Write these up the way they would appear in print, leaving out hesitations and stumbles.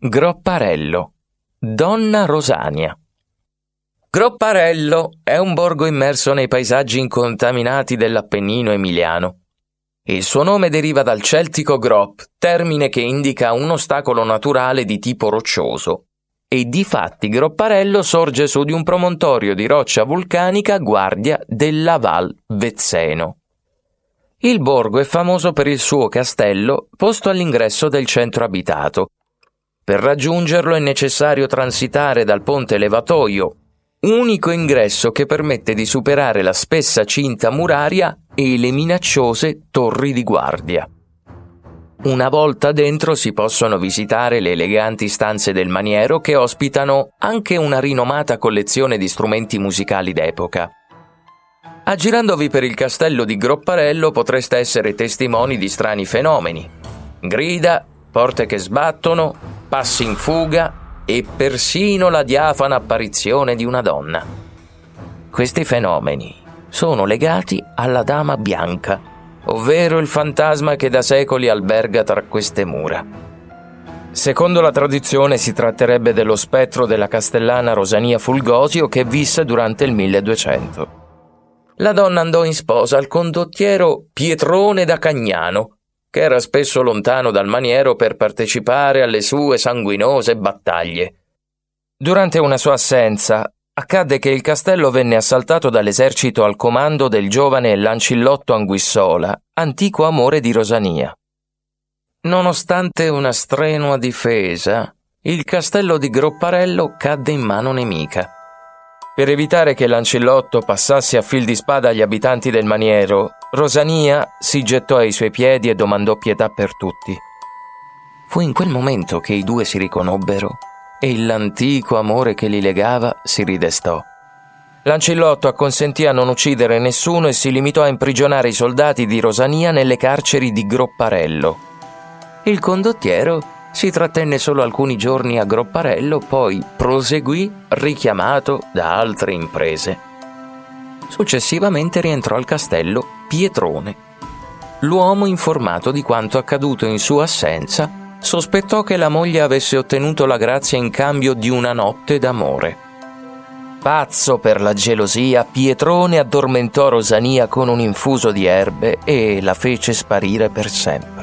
Gropparello, Donna Rosania. Gropparello è un borgo immerso nei paesaggi incontaminati dell'Appennino emiliano. Il suo nome deriva dal celtico grop, termine che indica un ostacolo naturale di tipo roccioso. E difatti Gropparello sorge su di un promontorio di roccia vulcanica guardia della Val Vezzeno. Il borgo è famoso per il suo castello, posto all'ingresso del centro abitato. Per raggiungerlo è necessario transitare dal ponte levatoio, unico ingresso che permette di superare la spessa cinta muraria e le minacciose torri di guardia. Una volta dentro si possono visitare le eleganti stanze del maniero che ospitano anche una rinomata collezione di strumenti musicali d'epoca. Aggirandovi per il castello di Gropparello potreste essere testimoni di strani fenomeni. Grida, porte che sbattono, passi in fuga e persino la diafana apparizione di una donna. Questi fenomeni sono legati alla Dama Bianca, ovvero il fantasma che da secoli alberga tra queste mura. Secondo la tradizione si tratterebbe dello spettro della castellana Rosania Fulgosio che visse durante il 1200. La donna andò in sposa al condottiero Pietrone da Cagnano, che era spesso lontano dal maniero per partecipare alle sue sanguinose battaglie. Durante una sua assenza, accadde che il castello venne assaltato dall'esercito al comando del giovane Lancillotto Anguissola, antico amore di Rosania. Nonostante una strenua difesa, il castello di Gropparello cadde in mano nemica. Per evitare che Lancillotto passasse a fil di spada agli abitanti del maniero, Rosania si gettò ai suoi piedi e domandò pietà per tutti. Fu in quel momento che i due si riconobbero e l'antico amore che li legava si ridestò. Lancillotto acconsentì a non uccidere nessuno e si limitò a imprigionare i soldati di Rosania nelle carceri di Gropparello. Il condottiero si trattenne solo alcuni giorni a Gropparello, poi proseguì richiamato da altre imprese. Successivamente rientrò al castello Pietrone. L'uomo, informato di quanto accaduto in sua assenza, sospettò che la moglie avesse ottenuto la grazia in cambio di una notte d'amore. Pazzo per la gelosia, Pietrone addormentò Rosania con un infuso di erbe e la fece sparire per sempre.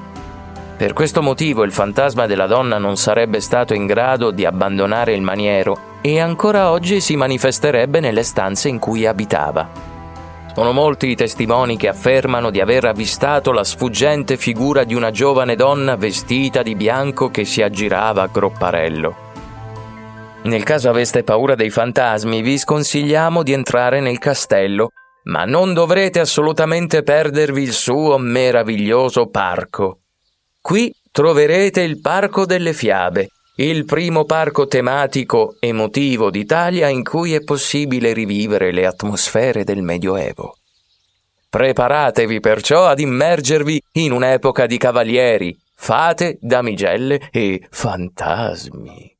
Per questo motivo il fantasma della donna non sarebbe stato in grado di abbandonare il maniero e ancora oggi si manifesterebbe nelle stanze in cui abitava. Sono molti i testimoni che affermano di aver avvistato la sfuggente figura di una giovane donna vestita di bianco che si aggirava a Gropparello. Nel caso aveste paura dei fantasmi, vi sconsigliamo di entrare nel castello, ma non dovrete assolutamente perdervi il suo meraviglioso parco. Qui troverete il Parco delle Fiabe, il primo parco tematico emotivo d'Italia in cui è possibile rivivere le atmosfere del Medioevo. Preparatevi perciò ad immergervi in un'epoca di cavalieri, fate, damigelle e fantasmi.